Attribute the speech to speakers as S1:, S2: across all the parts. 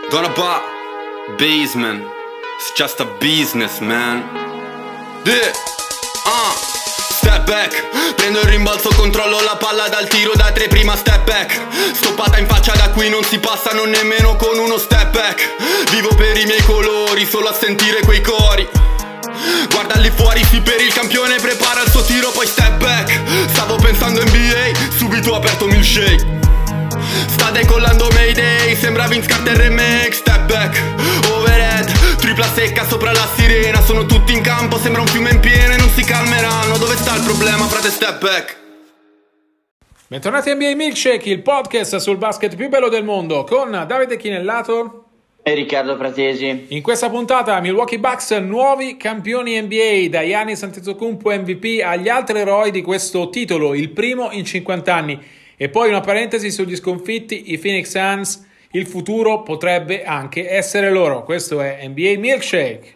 S1: Gonna buy basement. It's just a business, man. Step back, prendo il rimbalzo, controllo la palla dal tiro da tre, prima step back. Stoppata in faccia, da qui non si passa non nemmeno con uno step back. Vivo per i miei colori, solo a sentire quei cori. Guarda lì fuori, sì, per il campione, prepara il suo tiro, poi step back. Stavo pensando NBA, subito ho aperto milkshake. Sta decollando Mayday, sembra Vince Carter remake. Step back, overhead, tripla secca sopra la sirena. Sono tutti in campo, sembra un fiume in piena e non si calmeranno. Dove sta il problema, frate? Step back.
S2: Bentornati a NBA Milkshake, il podcast sul basket più bello del mondo, con Davide Chinellato
S3: e Riccardo Pratesi.
S2: In questa puntata Milwaukee Bucks, nuovi campioni NBA, da Giannis Antetokounmpo MVP agli altri eroi di questo titolo, il primo in 50 anni. E poi una parentesi sugli sconfitti, i Phoenix Suns, il futuro potrebbe anche essere loro. Questo è NBA Milkshake.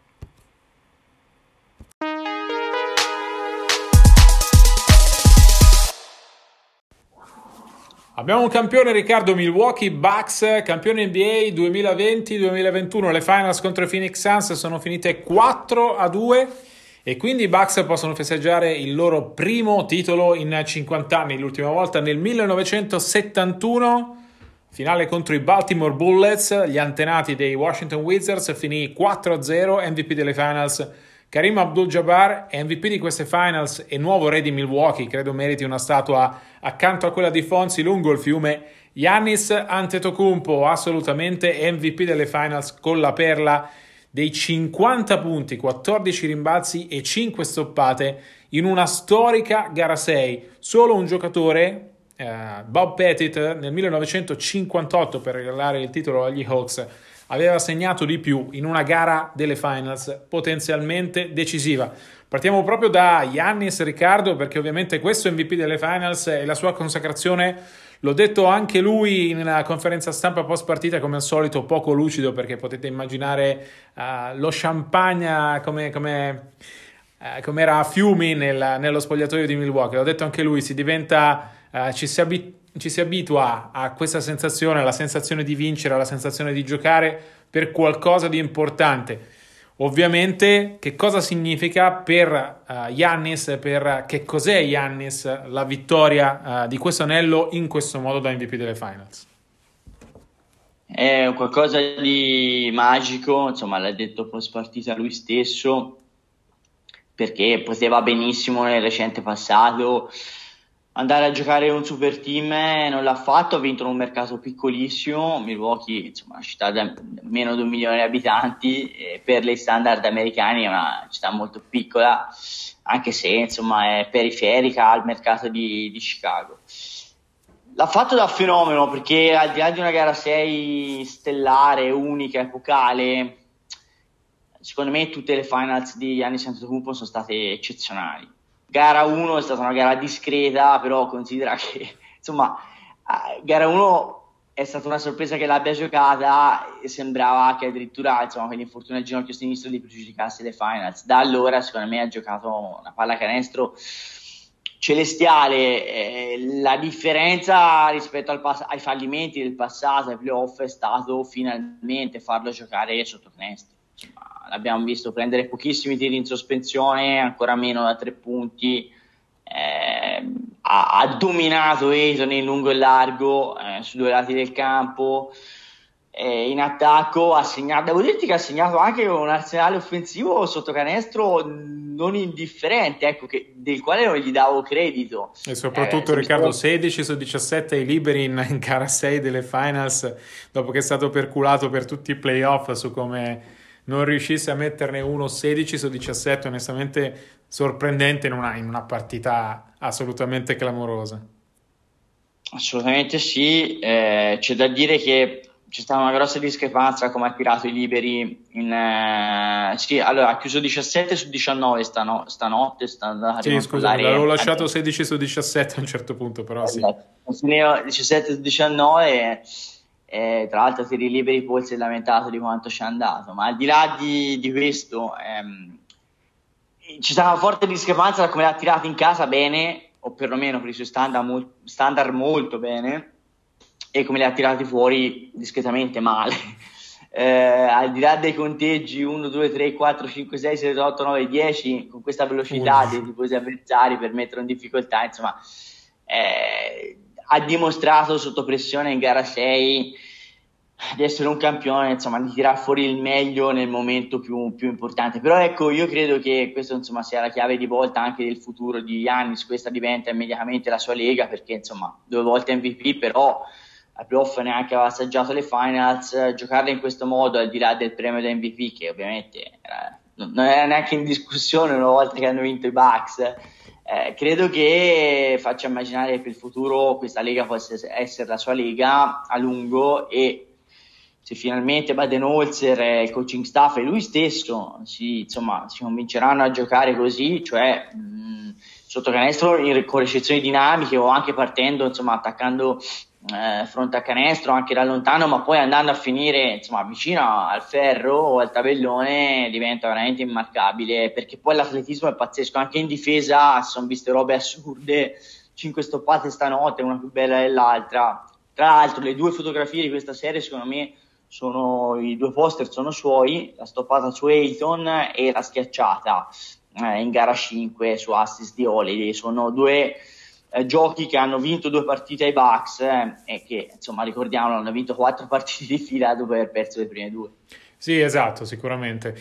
S2: Abbiamo un campione, Riccardo, Milwaukee Bucks, campione NBA 2020-2021. Le finals contro i Phoenix Suns sono finite 4-2 e quindi i Bucks possono festeggiare il loro primo titolo in 50 anni. L'ultima volta nel 1971, finale contro i Baltimore Bullets, gli antenati dei Washington Wizards, finì 4-0, MVP delle finals Kareem Abdul-Jabbar, MVP di queste finals e nuovo re di Milwaukee, credo meriti una statua accanto a quella di Fonzi lungo il fiume, Giannis Antetokounmpo, assolutamente MVP delle finals con la perla dei 50 punti, 14 rimbalzi e 5 stoppate in una storica gara 6. Solo un giocatore, Bob Pettit, nel 1958 per regalare il titolo agli Hawks, aveva segnato di più in una gara delle finals potenzialmente decisiva. Partiamo proprio da Giannis, Riccardo, perché ovviamente questo MVP delle finals e la sua consacrazione, l'ho detto anche lui in una conferenza stampa post partita, come al solito poco lucido, perché potete immaginare lo champagne come era a fiumi nello spogliatoio di Milwaukee. L'ho detto anche lui, si diventa ci si abitua a questa sensazione, alla sensazione di vincere, alla sensazione di giocare per qualcosa di importante. Ovviamente, che cosa significa per Giannis, per che cos'è Giannis la vittoria di questo anello in questo modo da MVP delle finals?
S3: È qualcosa di magico, insomma, l'ha detto post partita lui stesso, perché poteva benissimo nel recente passato andare a giocare un super team, non l'ha fatto, ha vinto in un mercato piccolissimo. Milwaukee, insomma, una città da meno di 1 milione di abitanti, e per gli standard americani è una città molto piccola, anche se insomma è periferica al mercato di Chicago. L'ha fatto da fenomeno, perché al di là di una gara 6 stellare, unica, epocale, secondo me tutte le finals di Giannis Antetokounmpo sono state eccezionali. Gara 1 è stata una gara discreta, però considera che insomma gara 1 è stata una sorpresa che l'abbia giocata e sembrava che addirittura insomma per l'infortunio al ginocchio sinistro gli pregiudicasse le finals. Da allora secondo me ha giocato una pallacanestro celestiale. La differenza rispetto ai fallimenti del passato, ai playoff, è stato finalmente farlo giocare sotto canestro. Insomma, l'abbiamo visto prendere pochissimi tiri in sospensione, ancora meno da 3 punti, ha dominato Ayton in lungo e largo, su 2 lati del campo, in attacco ha segnato, devo dirti che ha segnato anche un arsenale offensivo sotto canestro non indifferente, ecco, del quale non gli davo credito.
S2: E soprattutto Riccardo, 16 su 17 ai liberi in gara 6 delle finals, dopo che è stato perculato per tutti i playoff su come non riuscisse a metterne uno. 16 su 17, onestamente sorprendente in una partita assolutamente clamorosa.
S3: Assolutamente sì, c'è da dire che c'è stata una grossa discrepanza come ha tirato i liberi allora ha chiuso 17 su 19 stanotte,
S2: sì, scusa, l'avevo lasciato 16 su 17 a un certo punto, però sì.
S3: 17 su 19, tra l'altro tiri liberi, poi si è lamentato di quanto ci è andato, ma al di là di questo c'è stata una forte discrepanza da come l'ha tirato in casa bene, o perlomeno per i suoi standard molto bene, e come li ha tirati fuori discretamente male. al di là dei conteggi 1, 2, 3, 4, 5, 6, 7, 8, 9, 10, con questa velocità dei tifosi avversari per metterlo in difficoltà, insomma, ha dimostrato sotto pressione in gara 6 di essere un campione, insomma, di tirar fuori il meglio nel momento più importante. Però ecco, io credo che questo, insomma, sia la chiave di volta anche del futuro di Giannis. Questa diventa immediatamente la sua lega, perché insomma 2 volte MVP, però ai playoff neanche aveva assaggiato le finals. Giocarle in questo modo, al di là del premio da MVP, che ovviamente non era neanche in discussione una volta che hanno vinto i Bucks, credo che faccia immaginare che per il futuro questa lega possa essere la sua lega a lungo, e se finalmente Budenholzer e il coaching staff e lui stesso si convinceranno a giocare così, cioè sotto canestro con ricezioni dinamiche, o anche partendo, insomma, attaccando fronte a canestro anche da lontano, ma poi andando a finire, insomma, vicino al ferro o al tabellone, diventa veramente immarcabile, perché poi l'atletismo è pazzesco. Anche in difesa si sono viste robe assurde, 5 stoppate stanotte, una più bella dell'altra. Tra l'altro le 2 fotografie di questa serie, secondo me, i 2 poster sono suoi, la stoppata su Ayton e la schiacciata in gara 5 su assist di Holiday. Sono 2 giochi che hanno vinto 2 partite ai Bucks, e che, insomma, ricordiamolo, hanno vinto 4 partite di fila dopo aver perso le prime 2.
S2: Sì, esatto, sicuramente.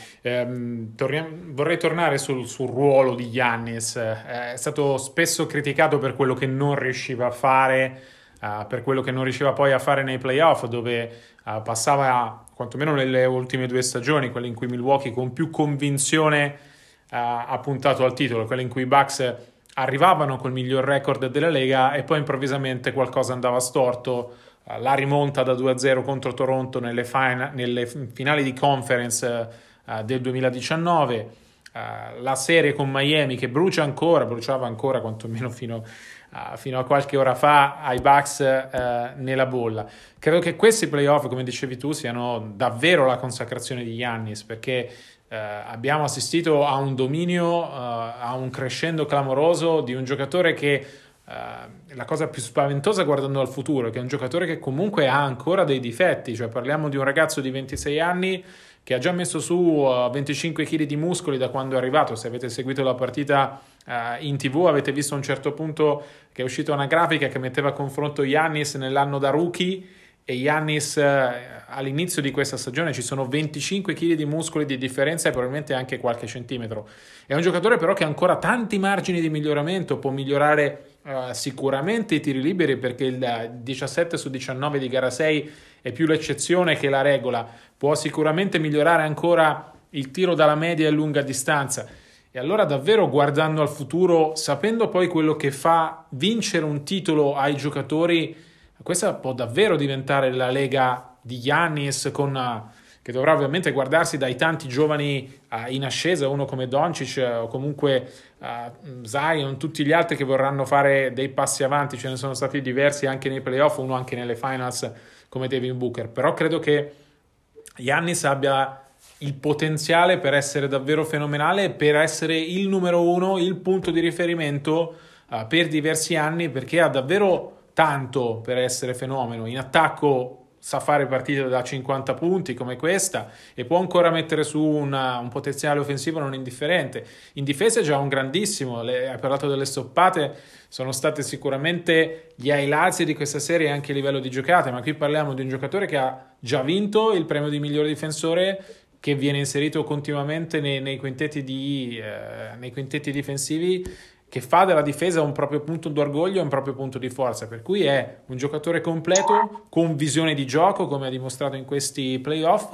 S2: Vorrei tornare sul ruolo di Giannis. È stato spesso criticato per quello che non riusciva a fare, per quello che non riusciva poi a fare nei playoff, dove passava, quantomeno nelle ultime 2 stagioni, quelle in cui Milwaukee con più convinzione ha puntato al titolo, quelle in cui i Bucks arrivavano col miglior record della Lega e poi improvvisamente qualcosa andava storto. La rimonta da 2-0 contro Toronto nelle finali di conference del 2019, la serie con Miami che bruciava ancora quantomeno fino a qualche ora fa ai Bucks nella bolla. Credo che questi playoff, come dicevi tu, siano davvero la consacrazione di Giannis, perché abbiamo assistito a un dominio, a un crescendo clamoroso di un giocatore che la cosa più spaventosa guardando al futuro è che è un giocatore che comunque ha ancora dei difetti, cioè parliamo di un ragazzo di 26 anni che ha già messo su 25 kg di muscoli da quando è arrivato. Se avete seguito la partita in TV avete visto a un certo punto che è uscita una grafica che metteva a confronto Giannis nell'anno da rookie e Giannis all'inizio di questa stagione. Ci sono 25 kg di muscoli di differenza e probabilmente anche qualche centimetro. È un giocatore però che ha ancora tanti margini di miglioramento, può migliorare sicuramente i tiri liberi, perché il 17 su 19 di gara 6 è più l'eccezione che la regola. Può sicuramente migliorare ancora il tiro dalla media e lunga distanza. E allora davvero, guardando al futuro, sapendo poi quello che fa vincere un titolo ai giocatori, questa può davvero diventare la lega di Giannis, che dovrà ovviamente guardarsi dai tanti giovani in ascesa, uno come Doncic o comunque Zion, tutti gli altri che vorranno fare dei passi avanti. Ce ne sono stati diversi anche nei playoff, uno anche nelle finals come Devin Booker. Però credo che Giannis abbia il potenziale per essere davvero fenomenale, per essere il numero 1, il punto di riferimento per diversi anni, perché ha davvero tanto per essere fenomeno. In attacco sa fare partite da 50 punti come questa e può ancora mettere su un potenziale offensivo non indifferente. In difesa è già un grandissimo. Hai parlato delle stoppate, sono state sicuramente gli highlights di questa serie anche a livello di giocate, ma qui parliamo di un giocatore che ha già vinto il premio di migliore difensore, che viene inserito continuamente nei quintetti difensivi, che fa della difesa un proprio punto d'orgoglio e un proprio punto di forza, per cui è un giocatore completo, con visione di gioco, come ha dimostrato in questi playoff.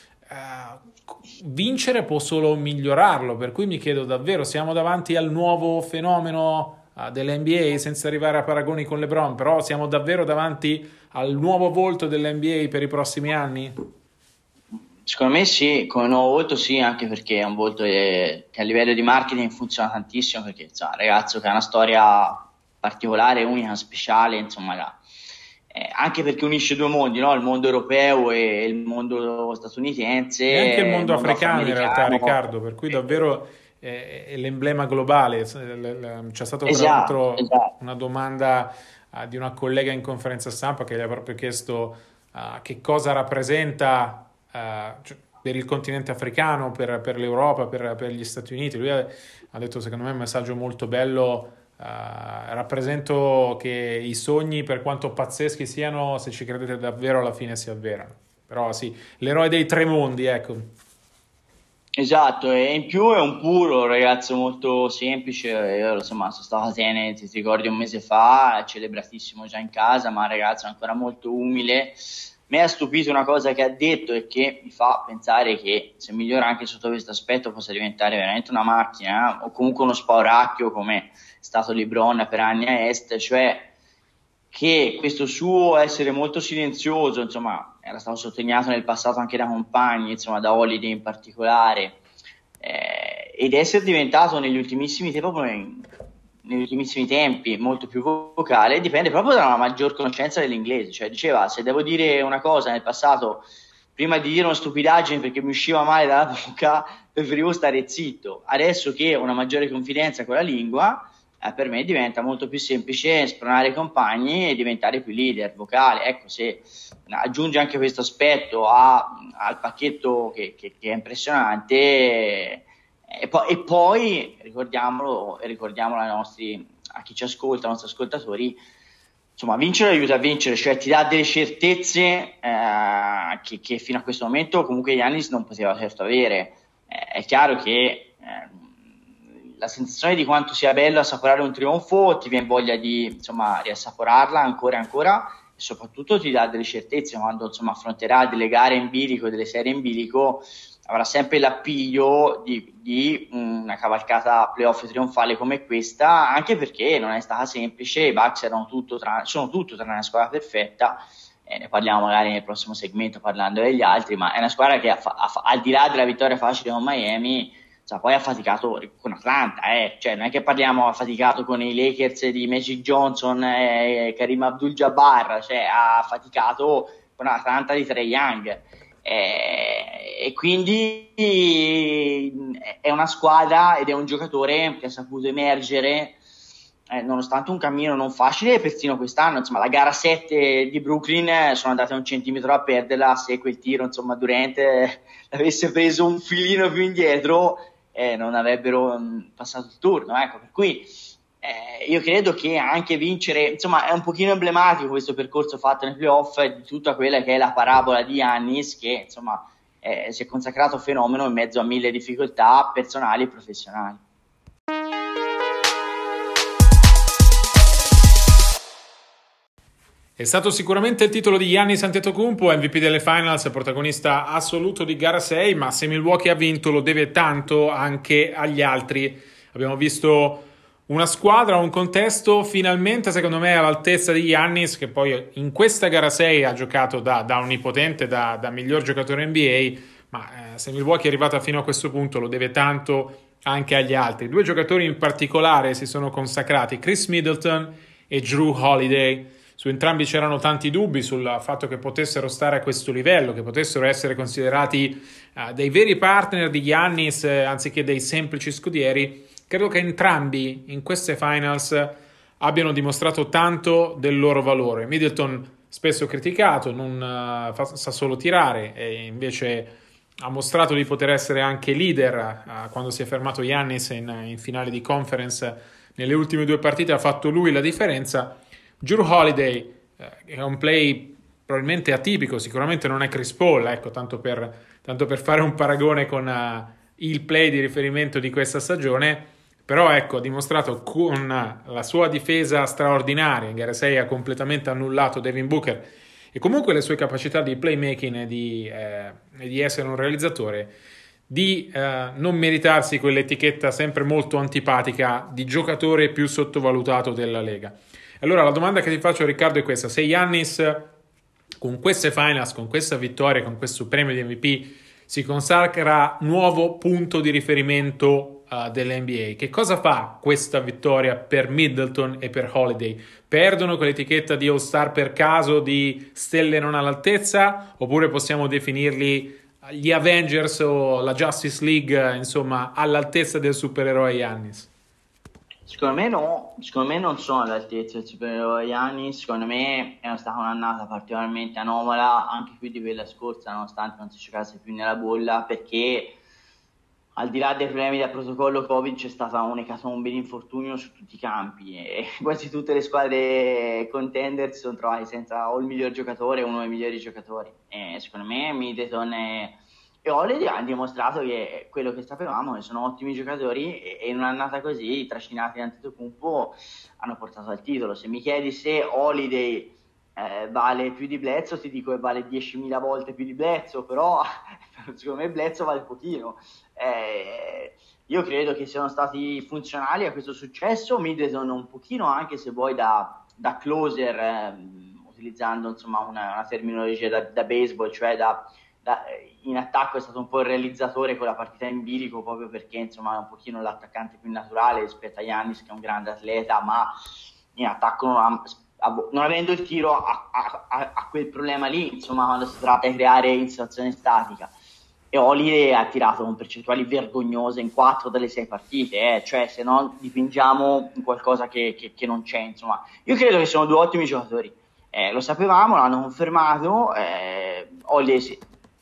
S2: Vincere può solo migliorarlo, per cui mi chiedo davvero, siamo davanti al nuovo fenomeno dell'NBA, senza arrivare a paragoni con LeBron, però siamo davvero davanti al nuovo volto dell'NBA per i prossimi anni?
S3: Secondo me sì, come nuovo volto sì, anche perché è un volto che a livello di marketing funziona tantissimo, perché insomma, un ragazzo che ha una storia particolare, unica, speciale, insomma, anche perché unisce 2 mondi, no? Il mondo europeo e il mondo statunitense.
S2: E anche il mondo africano in realtà, Riccardo, per cui davvero è l'emblema globale. C'è stata tra l'altro una domanda di una collega in conferenza stampa che gli ha proprio chiesto che cosa rappresenta per il continente africano, per l'Europa, per gli Stati Uniti. Lui ha detto, secondo me, un messaggio molto bello. Rappresento che i sogni, per quanto pazzeschi siano, se ci credete davvero alla fine si avverano. Però sì, l'eroe dei tre mondi, ecco.
S3: Esatto, e in più è un puro ragazzo molto semplice. Io insomma sono stato a Atene, ti ricordi, un mese fa, celebratissimo già in casa, ma un ragazzo ancora molto umile. Mi ha stupito una cosa che ha detto e che mi fa pensare che se migliora anche sotto questo aspetto possa diventare veramente una macchina, o comunque uno spauracchio come è stato LeBron per anni a Est, cioè che questo suo essere molto silenzioso, insomma, era stato sottolineato nel passato anche da compagni, insomma, da Holiday in particolare, ed essere diventato negli ultimissimi tempi molto più vocale, dipende proprio da una maggior conoscenza dell'inglese. Cioè diceva, se devo dire una cosa nel passato, prima di dire una stupidaggine perché mi usciva male dalla bocca, preferivo stare zitto. Adesso che ho una maggiore confidenza con la lingua, per me diventa molto più semplice spronare i compagni e diventare più leader vocale. Ecco, se aggiunge anche questo aspetto al pacchetto che è impressionante, e poi ricordiamolo a chi ci ascolta, ai nostri ascoltatori, insomma, vincere aiuta a vincere, cioè ti dà delle certezze che fino a questo momento comunque Giannis non poteva certo avere. È chiaro che la sensazione di quanto sia bello assaporare un trionfo ti viene voglia di, insomma, riassaporarla ancora e ancora, e soprattutto ti dà delle certezze quando, insomma, affronterà delle gare in bilico, delle serie in bilico, avrà sempre l'appiglio di una cavalcata playoff trionfale come questa, anche perché non è stata semplice. I Bucks sono tutto tranne una squadra perfetta, ne parliamo magari nel prossimo segmento parlando degli altri, ma è una squadra che al di là della vittoria facile con Miami, cioè, poi ha faticato con Atlanta, cioè non è che ha faticato con i Lakers di Magic Johnson e Kareem Abdul-Jabbar, cioè ha faticato con Atlanta di Trae Young, e quindi è una squadra ed è un giocatore che ha saputo emergere nonostante un cammino non facile. Persino quest'anno, insomma, la gara 7 di Brooklyn sono andate un centimetro a perderla. Se quel tiro, insomma, Durant l'avesse preso un filino più indietro, non avrebbero passato il turno, ecco. Per cui io credo che anche vincere, insomma, è un pochino emblematico questo percorso fatto nei playoff di tutta quella che è la parabola di Giannis, che insomma si è consacrato fenomeno in mezzo a mille difficoltà personali e professionali.
S2: È stato sicuramente il titolo di Giannis Antetokounmpo, MVP delle Finals, protagonista assoluto di gara 6, ma se Milwaukee ha vinto lo deve tanto anche agli altri. Abbiamo visto una squadra, un contesto finalmente, secondo me, all'altezza di Giannis, che poi in questa gara 6 ha giocato da onnipotente, da miglior giocatore NBA, ma se Milwaukee è arrivata fino a questo punto lo deve tanto anche agli altri. Due giocatori in particolare si sono consacrati, Chris Middleton e Jrue Holiday. Su entrambi c'erano tanti dubbi sul fatto che potessero stare a questo livello, che potessero essere considerati dei veri partner di Giannis anziché dei semplici scudieri. Credo che entrambi in queste finals abbiano dimostrato tanto del loro valore. Middleton spesso criticato, non sa solo tirare, e invece ha mostrato di poter essere anche leader quando si è fermato Giannis in finale di conference. Nelle ultime due partite ha fatto lui la differenza. Jrue Holiday è un play probabilmente atipico, sicuramente non è Chris Paul, ecco, tanto per fare un paragone con il play di riferimento di questa stagione, però ecco, ha dimostrato con la sua difesa straordinaria, in gara 6 ha completamente annullato Devin Booker, e comunque le sue capacità di playmaking e di essere un realizzatore, di non meritarsi quell'etichetta sempre molto antipatica di giocatore più sottovalutato della Lega. Allora la domanda che ti faccio, Riccardo, è questa: se Giannis con queste finals, con questa vittoria, con questo premio di MVP si consacra nuovo punto di riferimento dell'NBA, che cosa fa questa vittoria per Middleton e per Holiday? Perdono quell'etichetta di All-Star per caso, di stelle non all'altezza, oppure possiamo definirli gli Avengers o la Justice League, insomma, all'altezza del supereroe Giannis?
S3: Secondo me no, secondo me non sono all'altezza del superiore Giannis, secondo me è stata un'annata particolarmente anomala, anche più di quella scorsa, nonostante non si giocasse più nella bolla, perché al di là dei problemi del protocollo Covid c'è stata un'ecatombe di infortunio su tutti i campi e quasi tutte le squadre contender si sono trovate senza o il miglior giocatore o uno dei migliori giocatori. E secondo me Middleton e Holiday hanno dimostrato che quello che sapevamo, che sono ottimi giocatori e in un'annata così, trascinati da Antetokounmpo, hanno portato al titolo. Se mi chiedi se Holiday vale più di Bledsoe, ti dico che vale 10.000 volte più di Bledsoe, però secondo me Bledsoe vale pochino. Io credo che siano stati funzionali a questo successo. Middleton un pochino, anche se vuoi da closer, utilizzando insomma una terminologia da baseball, cioè in attacco è stato un po' il realizzatore con la partita in bilico, proprio perché insomma è un pochino l'attaccante più naturale rispetto a Giannis, che è un grande atleta, ma in attacco non avendo il tiro ha quel problema lì, insomma, quando si tratta di creare in situazione statica. E Holiday ha tirato con percentuali vergognose in 4 delle 6 partite, cioè se no dipingiamo qualcosa che non c'è, insomma. Io credo che sono due ottimi giocatori, lo sapevamo, l'hanno confermato. Holiday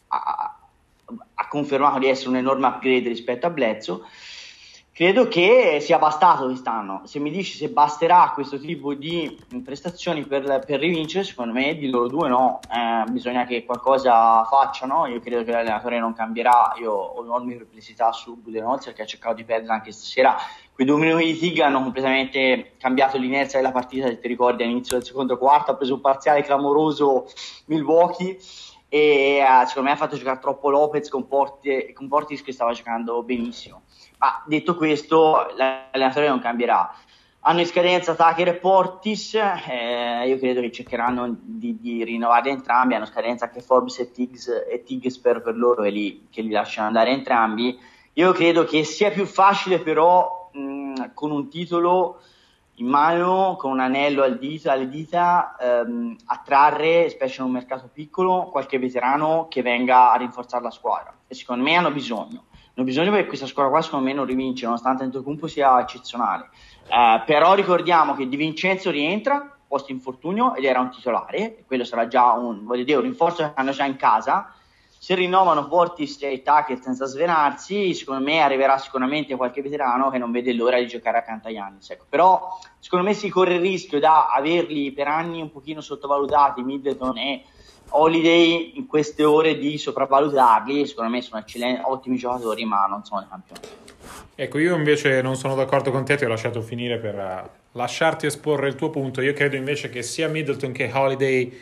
S3: ha confermato di essere un enorme upgrade rispetto a Bledsoe. Credo che sia bastato quest'anno. Se mi dici se basterà questo tipo di prestazioni per rivincere, secondo me di loro due no. Bisogna che qualcosa facciano. Io credo che l'allenatore non cambierà. Io ho enormi perplessità su Budenholzer, che ha cercato di perdere anche stasera. Quei 2 minuti di Tig hanno completamente cambiato l'inerzia della partita. Se ti ricordi, all'inizio del secondo quarto ha preso un parziale clamoroso Milwaukee e secondo me ha fatto giocare troppo Lopez con Portis che stava giocando benissimo. Ma detto questo, l'allenatore non cambierà. Hanno in scadenza Tucker e Portis, io credo che cercheranno di rinnovarli entrambi. Hanno scadenza anche Forbes e Tig, spero per loro che li lasciano andare entrambi. Io credo che sia più facile però con un titolo in mano, con un anello alle dita, attrarre, specie in un mercato piccolo, qualche veterano che venga a rinforzare la squadra. E secondo me hanno bisogno perché questa squadra qua secondo me non rivince, nonostante Antetokounmpo sia eccezionale. Però ricordiamo che Di Vincenzo rientra post infortunio ed era un titolare, e quello sarà già un rinforzo che hanno già in casa. Se rinnovano Portis e Tucker senza svenarsi, secondo me arriverà sicuramente qualche veterano che non vede l'ora di giocare accanto a Giannis. Ecco. Però secondo me si corre il rischio da averli per anni un pochino sottovalutati, Middleton e Holiday, in queste ore di sopravvalutarli. Secondo me sono eccellenti, ottimi giocatori, ma non sono dei campioni.
S2: Ecco, io invece non sono d'accordo con te, ti ho lasciato finire per lasciarti esporre il tuo punto. Io credo invece che sia Middleton che Holiday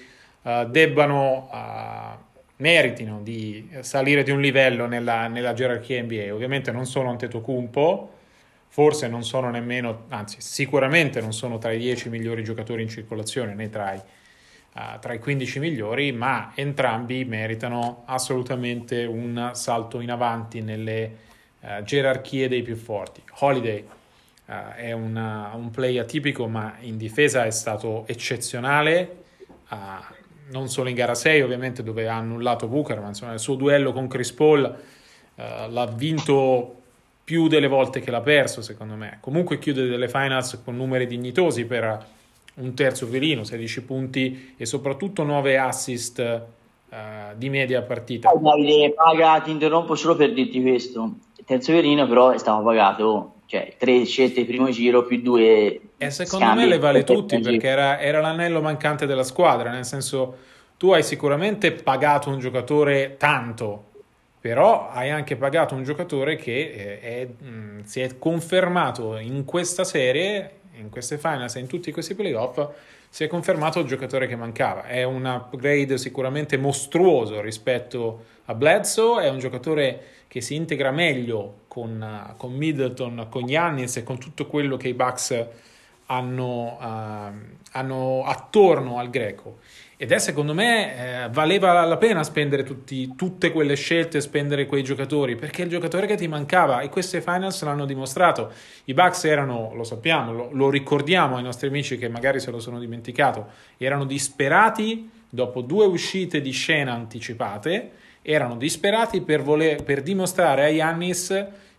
S2: meritino di salire di un livello nella gerarchia NBA. Ovviamente non sono Antetokounmpo, forse non sono nemmeno, anzi sicuramente non sono tra i 10 migliori giocatori in circolazione, né tra i 15 migliori, ma entrambi meritano assolutamente un salto in avanti nelle gerarchie dei più forti. Holiday è un play atipico, ma in difesa è stato eccezionale, non solo in gara 6 ovviamente, dove ha annullato Booker, ma insomma il suo duello con Chris Paul l'ha vinto più delle volte che l'ha perso, secondo me. Comunque chiude delle finals con numeri dignitosi per un terzo violino, 16 punti e soprattutto 9 assist di media partita.
S3: Davide, ti interrompo solo per dirti questo. Il terzo violino però è stato pagato, cioè 3 scelte di primo giro più 2
S2: e secondo me le vale tutti, perché era l'anello mancante della squadra, nel senso, tu hai sicuramente pagato un giocatore tanto, però hai anche pagato un giocatore che si è confermato in questa serie, in queste finals e in tutti questi playoff, si è confermato il giocatore che mancava. È un upgrade sicuramente mostruoso rispetto a Bledsoe, è un giocatore che si integra meglio con Middleton, con Giannis e con tutto quello che i Bucks hanno attorno al greco. Ed è, secondo me, valeva la pena spendere tutte quelle scelte, spendere quei giocatori, perché è il giocatore che ti mancava, e queste finals l'hanno dimostrato. I Bucks erano, lo sappiamo, lo ricordiamo ai nostri amici che magari se lo sono dimenticato, erano disperati dopo 2 uscite di scena anticipate, erano disperati per dimostrare a Giannis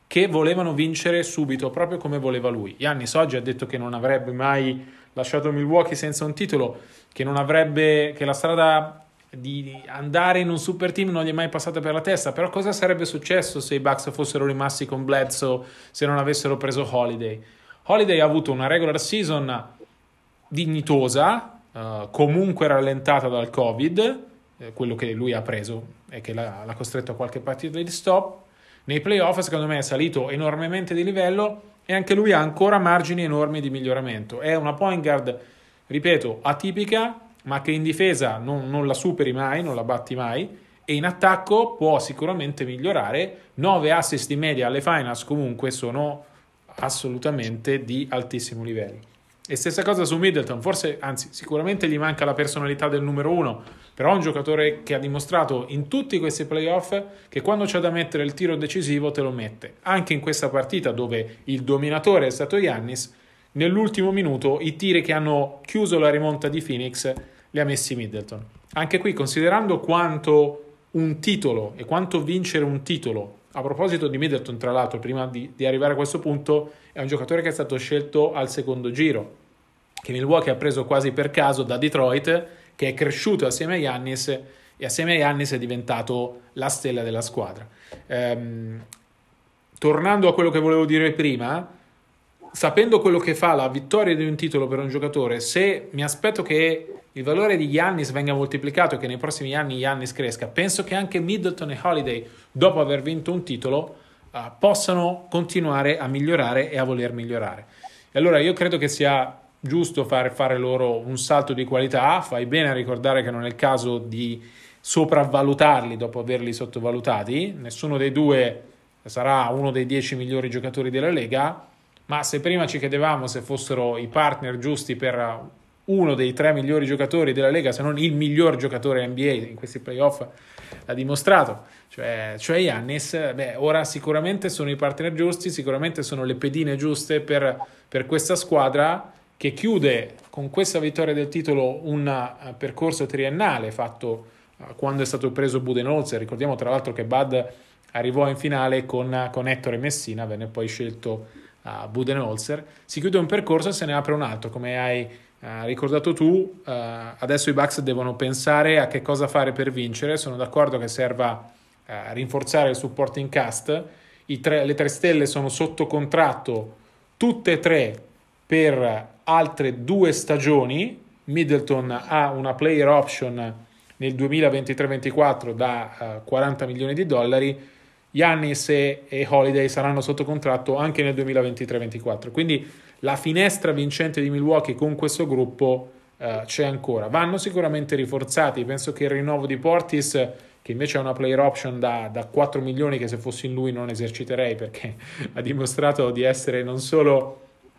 S2: che volevano vincere subito, proprio come voleva lui. Giannis oggi ha detto che non avrebbe mai lasciato Milwaukee senza un titolo, che la strada di andare in un super team non gli è mai passata per la testa. Però cosa sarebbe successo se i Bucks fossero rimasti con Bledsoe, se non avessero preso Holiday? Holiday ha avuto una regular season dignitosa, comunque rallentata dal Covid, quello che lui ha preso e che l'ha costretto a qualche partita di stop. Nei playoff secondo me è salito enormemente di livello e anche lui ha ancora margini enormi di miglioramento. È una point guard, ripeto, atipica, ma che in difesa non la superi mai, non la batti mai, e in attacco può sicuramente migliorare. 9 assist di media alle finals comunque sono assolutamente di altissimo livello. E stessa cosa su Middleton, forse, anzi sicuramente gli manca la personalità del numero 1, però è un giocatore che ha dimostrato in tutti questi playoff che quando c'è da mettere il tiro decisivo te lo mette. Anche in questa partita dove il dominatore è stato Giannis, nell'ultimo minuto i tiri che hanno chiuso la rimonta di Phoenix li ha messi Middleton. Anche qui, considerando quanto un titolo e quanto vincere un titolo, a proposito di Middleton tra l'altro, prima di arrivare a questo punto, è un giocatore che è stato scelto al secondo giro, che Milwaukee ha preso quasi per caso da Detroit, che è cresciuto assieme a Giannis e assieme a Giannis è diventato la stella della squadra. Tornando a quello che volevo dire prima, sapendo quello che fa la vittoria di un titolo per un giocatore, se mi aspetto che il valore di Giannis venga moltiplicato e che nei prossimi anni Giannis cresca, penso che anche Middleton e Holiday, dopo aver vinto un titolo, possano continuare a migliorare e a voler migliorare. E allora io credo che sia giusto fare loro un salto di qualità. Fai bene a ricordare che non è il caso di sopravvalutarli dopo averli sottovalutati. Nessuno dei due sarà uno dei 10 migliori giocatori della Lega, ma se prima ci chiedevamo se fossero i partner giusti per uno dei 3 migliori giocatori della Lega, se non il miglior giocatore NBA in questi playoff, l'ha dimostrato, cioè Giannis, ora sicuramente sono i partner giusti, sicuramente sono le pedine giuste per questa squadra che chiude con questa vittoria del titolo un percorso triennale fatto quando è stato preso Budenholzer. Ricordiamo tra l'altro che Bud arrivò in finale con Ettore Messina, venne poi scelto Budenholzer. Si chiude un percorso e se ne apre un altro, come hai ricordato tu. Adesso i Bucks devono pensare a che cosa fare per vincere. Sono d'accordo che serva rinforzare il supporting cast. Le 3 stelle sono sotto contratto tutte e 3 per altre 2 stagioni. Middleton ha una player option nel 2023-24 da $40 milioni. Giannis e Holiday saranno sotto contratto anche nel 2023-24, quindi la finestra vincente di Milwaukee con questo gruppo c'è ancora. Vanno sicuramente rinforzati. Penso che il rinnovo di Portis, che invece ha una player option da 4 milioni, che se fossi in lui non eserciterei, perché ha dimostrato di essere non solo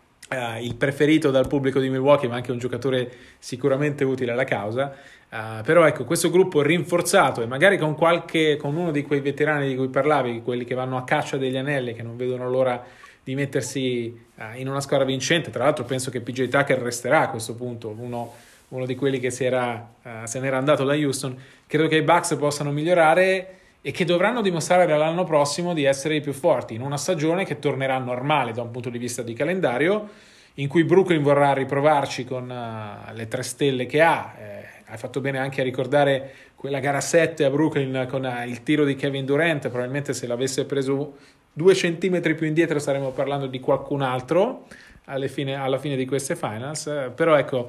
S2: il preferito dal pubblico di Milwaukee, ma anche un giocatore sicuramente utile alla causa. Però ecco, questo gruppo rinforzato e magari con uno di quei veterani di cui parlavi, quelli che vanno a caccia degli anelli, che non vedono l'ora di mettersi in una squadra vincente. Tra l'altro penso che PJ Tucker resterà a questo punto, uno di quelli che se n'era andato da Houston. Credo che i Bucks possano migliorare e che dovranno dimostrare dall'anno prossimo di essere i più forti in una stagione che tornerà normale da un punto di vista di calendario, in cui Brooklyn vorrà riprovarci con le 3 stelle che ha. Hai fatto bene anche a ricordare quella gara 7 a Brooklyn con il tiro di Kevin Durant. Probabilmente se l'avesse preso 2 centimetri più indietro saremmo parlando di qualcun altro alla fine di queste finals. Però ecco,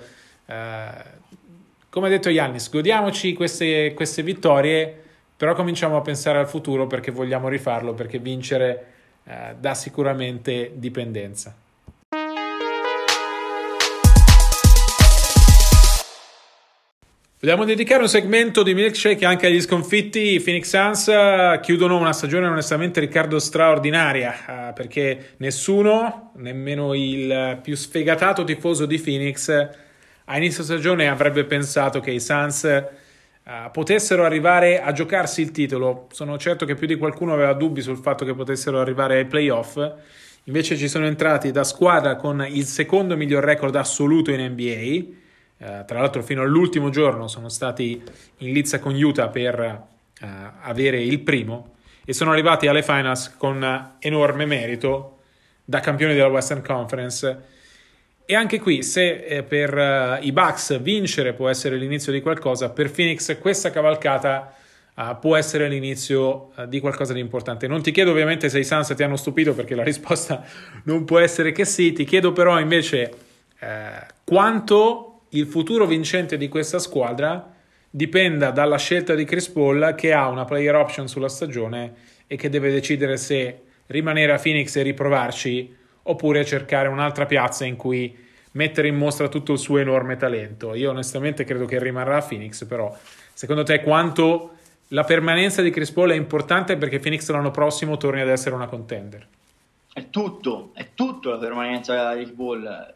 S2: come ha detto Giannis, godiamoci queste vittorie, però cominciamo a pensare al futuro, perché vogliamo rifarlo, perché vincere dà sicuramente dipendenza. Vogliamo dedicare un segmento di Milkshake anche agli sconfitti. I Phoenix Suns chiudono una stagione onestamente, Riccardo, straordinaria, perché nessuno, nemmeno il più sfegatato tifoso di Phoenix, a inizio stagione avrebbe pensato che i Suns potessero arrivare a giocarsi il titolo. Sono certo che più di qualcuno aveva dubbi sul fatto che potessero arrivare ai playoff. Invece ci sono entrati da squadra con il secondo miglior record assoluto in NBA. Tra l'altro fino all'ultimo giorno sono stati in lizza con Utah per avere il primo, e sono arrivati alle finals con enorme merito da campioni della Western Conference. E anche qui, se per i Bucks vincere può essere l'inizio di qualcosa, per Phoenix questa cavalcata può essere l'inizio di qualcosa di importante. Non ti chiedo ovviamente se i Suns ti hanno stupito, perché la risposta non può essere che sì. Ti chiedo però invece quanto il futuro vincente di questa squadra dipenda dalla scelta di Chris Paul, che ha una player option sulla stagione e che deve decidere se rimanere a Phoenix e riprovarci oppure cercare un'altra piazza in cui mettere in mostra tutto il suo enorme talento. Io onestamente credo che rimarrà a Phoenix, però secondo te quanto la permanenza di Chris Paul è importante perché Phoenix l'anno prossimo torni ad essere una contender?
S3: È tutto la permanenza di Paul.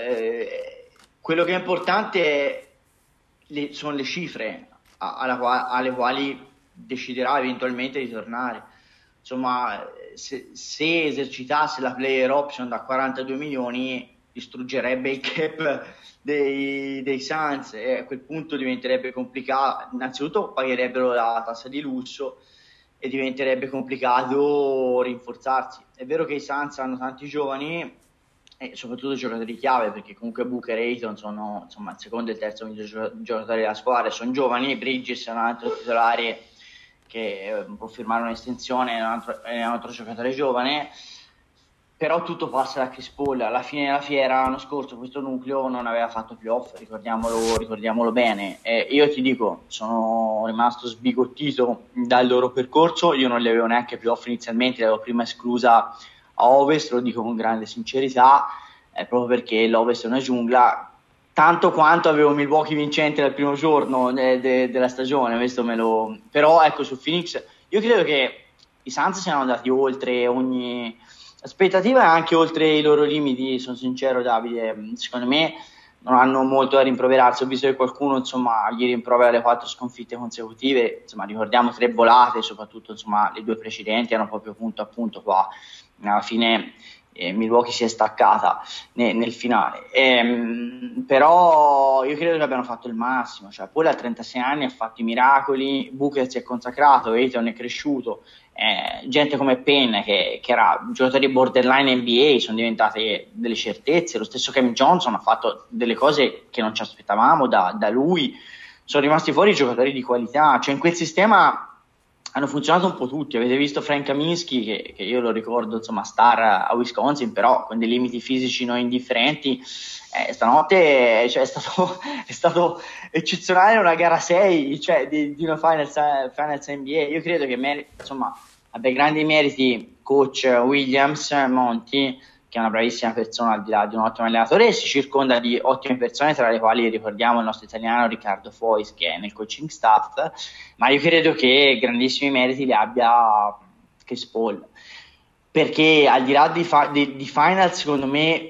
S3: Quello che è importante sono le cifre alle quali deciderà eventualmente di tornare. Insomma, se esercitasse la player option da 42 milioni distruggerebbe il cap dei Suns, e a quel punto diventerebbe complicato. Innanzitutto pagherebbero la tassa di lusso e diventerebbe complicato rinforzarsi. È vero che i Suns hanno tanti giovani e soprattutto giocatori chiave, perché comunque Booker e Ayton sono, insomma, il secondo e il terzo giocatore della squadra, sono giovani. Bridges è un altro titolare che può firmare un'estensione, è un altro giocatore giovane, però tutto passa da Chris Paul. Alla fine della fiera l'anno scorso questo nucleo non aveva fatto playoff, ricordiamolo bene. Io ti dico, sono rimasto sbigottito dal loro percorso. Io non li avevo neanche playoff inizialmente, li avevo prima esclusa a Ovest, lo dico con grande sincerità, proprio perché l'Ovest è una giungla, tanto quanto avevo Milwaukee vincente dal primo giorno della stagione. Però ecco, su Phoenix io credo che i Suns siano andati oltre ogni aspettativa e anche oltre i loro limiti. Sono sincero, Davide, secondo me non hanno molto da rimproverarsi. Ho visto che qualcuno, insomma, gli rimprovera le 4 sconfitte consecutive. Insomma, ricordiamo 3 volate, soprattutto, insomma, le 2 precedenti erano proprio punto a punto. Qua alla fine Milwaukee si è staccata nel finale, però io credo che abbiano fatto il massimo. Cioè, poi a 36 anni ha fatto i miracoli, Booker si è consacrato, Ayton è cresciuto, gente come Penn che era giocatore borderline NBA sono diventate delle certezze. Lo stesso Cam Johnson ha fatto delle cose che non ci aspettavamo da lui. Sono rimasti fuori giocatori di qualità. Cioè, in quel sistema hanno funzionato un po' tutti. Avete visto Frank Kaminsky, che io lo ricordo, insomma, star a Wisconsin, però con dei limiti fisici non indifferenti. Stanotte, cioè, è stato eccezionale una gara 6, cioè, di una finals NBA. Io credo che insomma, abbia grandi meriti coach Williams, Monty, che è una bravissima persona al di là di un ottimo allenatore, e si circonda di ottime persone, tra le quali ricordiamo il nostro italiano Riccardo Fois, che è nel coaching staff. Ma io credo che grandissimi meriti li abbia Chris Paul, perché al di là di finals, secondo me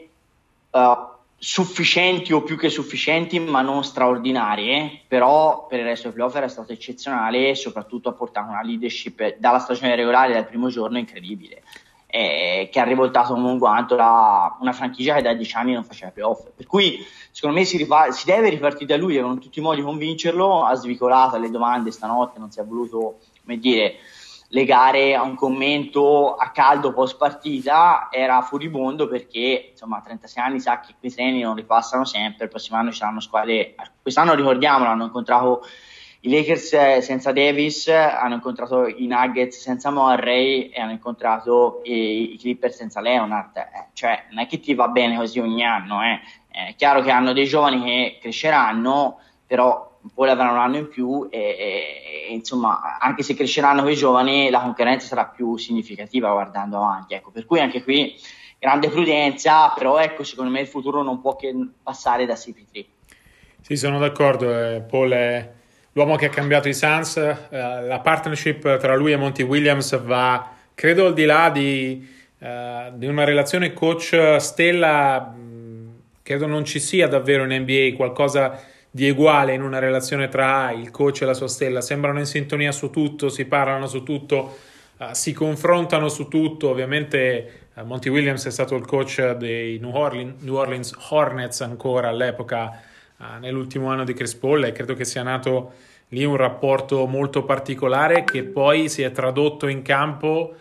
S3: sufficienti o più che sufficienti, ma non straordinarie, però per il resto del playoff era stato eccezionale, e soprattutto ha portato una leadership dalla stagione regolare, dal primo giorno, incredibile, che ha rivoltato come un guanto una franchigia che da 10 anni non faceva playoff. Per cui secondo me si deve ripartire da lui, devono in tutti i modi convincerlo. Ha svicolato alle domande stanotte, non si è voluto, come dire, legare a un commento a caldo post partita. Era furibondo perché, insomma, a 36 anni sa che quei treni non ripassano sempre. Il prossimo anno ci saranno squadre, quest'anno ricordiamolo, hanno incontrato i Lakers senza Davis, hanno incontrato i Nuggets senza Murray e hanno incontrato i Clippers senza Leonard. Cioè, non è che ti va bene così ogni anno. È chiaro che hanno dei giovani che cresceranno, però poi avranno un anno in più e insomma, anche se cresceranno quei giovani, la concorrenza sarà più significativa guardando avanti. Ecco, per cui anche qui grande prudenza, però ecco, secondo me il futuro non può che passare da CP3.
S2: Sì, sono d'accordo. Paul è l'uomo che ha cambiato i Suns. La partnership tra lui e Monty Williams va, credo, al di là di una relazione coach-stella. Credo non ci sia davvero in NBA qualcosa di uguale in una relazione tra il coach e la sua stella. Sembrano in sintonia su tutto, si parlano su tutto, si confrontano su tutto. Ovviamente Monty Williams è stato il coach dei New Orleans Hornets ancora all'epoca, nell'ultimo anno di Chris Paul, e credo che sia nato lì un rapporto molto particolare che poi si è tradotto in campo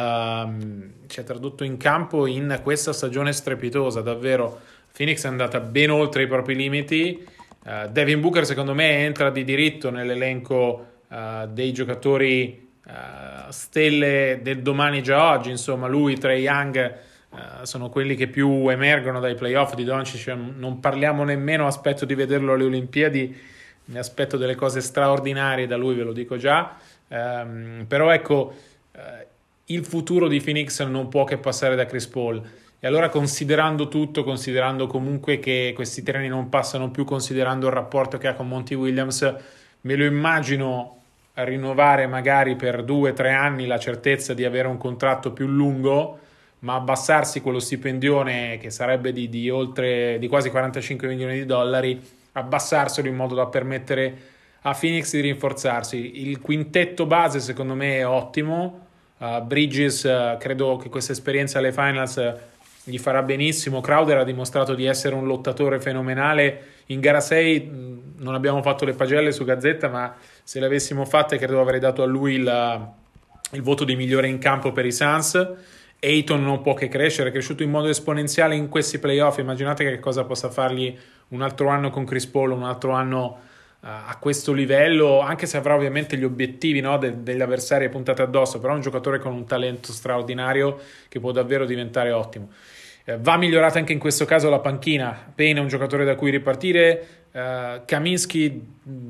S2: in questa stagione strepitosa. Davvero Phoenix è andata ben oltre i propri limiti. Devin Booker secondo me entra di diritto nell'elenco dei giocatori stelle del domani già oggi. Insomma, lui, Trae Young sono quelli che più emergono dai playoff. Di Doncic non parliamo nemmeno, aspetto di vederlo alle Olimpiadi, mi aspetto delle cose straordinarie da lui, ve lo dico già. Però ecco, il futuro di Phoenix non può che passare da Chris Paul. E allora, considerando tutto, considerando comunque che questi treni non passano più, considerando il rapporto che ha con Monty Williams, me lo immagino a rinnovare magari per 2-3 anni, la certezza di avere un contratto più lungo, ma abbassarsi quello stipendione che sarebbe di quasi 45 milioni di dollari, abbassarselo in modo da permettere a Phoenix di rinforzarsi. Il quintetto base secondo me è ottimo. Bridges, credo che questa esperienza alle finals gli farà benissimo. Crowder ha dimostrato di essere un lottatore fenomenale. In gara 6 non abbiamo fatto le pagelle su Gazzetta, ma se le avessimo fatte credo avrei dato a lui il voto di migliore in campo per i Suns. Ayton non può che crescere, è cresciuto in modo esponenziale in questi playoff. Immaginate che cosa possa fargli un altro anno con Chris Paul, un altro anno a questo livello, anche se avrà ovviamente gli obiettivi, no, degli avversari puntati addosso, però è un giocatore con un talento straordinario che può davvero diventare ottimo. Va migliorata anche in questo caso la panchina. Payne è un giocatore da cui ripartire. Kaminsky,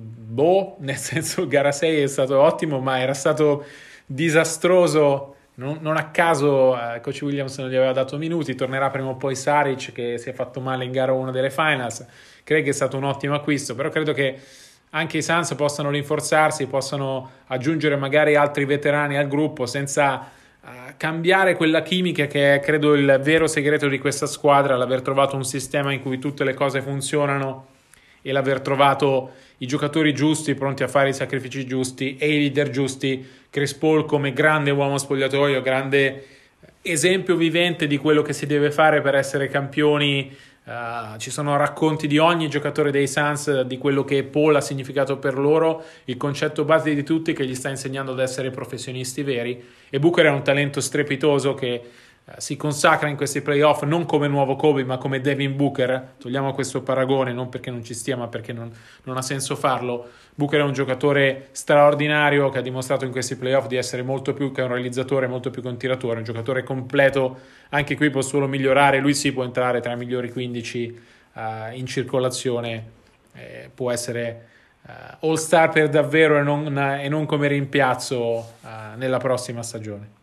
S2: nel senso, gara 6 è stato ottimo, ma era stato disastroso. Non a caso coach Williams non gli aveva dato minuti. Tornerà prima o poi Saric, che si è fatto male in gara 1 delle finals. Credo che è stato un ottimo acquisto, però credo che anche i Suns possano rinforzarsi, possano aggiungere magari altri veterani al gruppo senza cambiare quella chimica che è, credo, il vero segreto di questa squadra, l'aver trovato un sistema in cui tutte le cose funzionano e l'aver trovato i giocatori giusti, pronti a fare i sacrifici giusti e i leader giusti. Chris Paul come grande uomo spogliatoio, grande esempio vivente di quello che si deve fare per essere campioni. Ci sono racconti di ogni giocatore dei Suns di quello che Paul ha significato per loro, il concetto base di tutti che gli sta insegnando ad essere professionisti veri. E Booker è un talento strepitoso che si consacra in questi playoff non come nuovo Kobe ma come Devin Booker. Togliamo questo paragone non perché non ci stia ma perché non ha senso farlo. Booker è un giocatore straordinario che ha dimostrato in questi playoff di essere molto più che un realizzatore, molto più che un tiratore, un giocatore completo. Anche qui può solo migliorare, lui sì può entrare tra i migliori 15 in circolazione, può essere all star per davvero e non come rimpiazzo nella prossima stagione.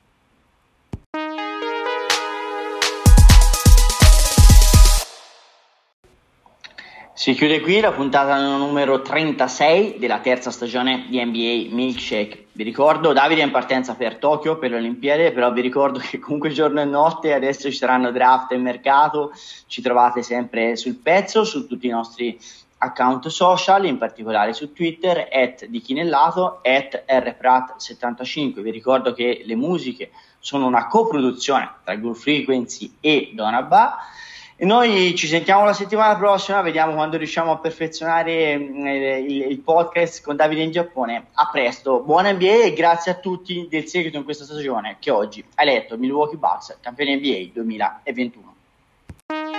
S3: Si chiude qui la puntata numero 36 della terza stagione di NBA Milkshake. Vi ricordo, Davide è in partenza per Tokyo per le Olimpiadi, però vi ricordo che comunque giorno e notte adesso ci saranno draft e mercato, ci trovate sempre sul pezzo su tutti i nostri account social, in particolare su Twitter @dichinellato, @rprat75. Vi ricordo che le musiche sono una coproduzione tra Good Frequency e Donabà. E noi ci sentiamo la settimana prossima, vediamo quando riusciamo a perfezionare il podcast con Davide in Giappone. A presto, buona NBA e grazie a tutti del seguito in questa stagione che oggi ha eletto Milwaukee Bucks campione NBA 2021.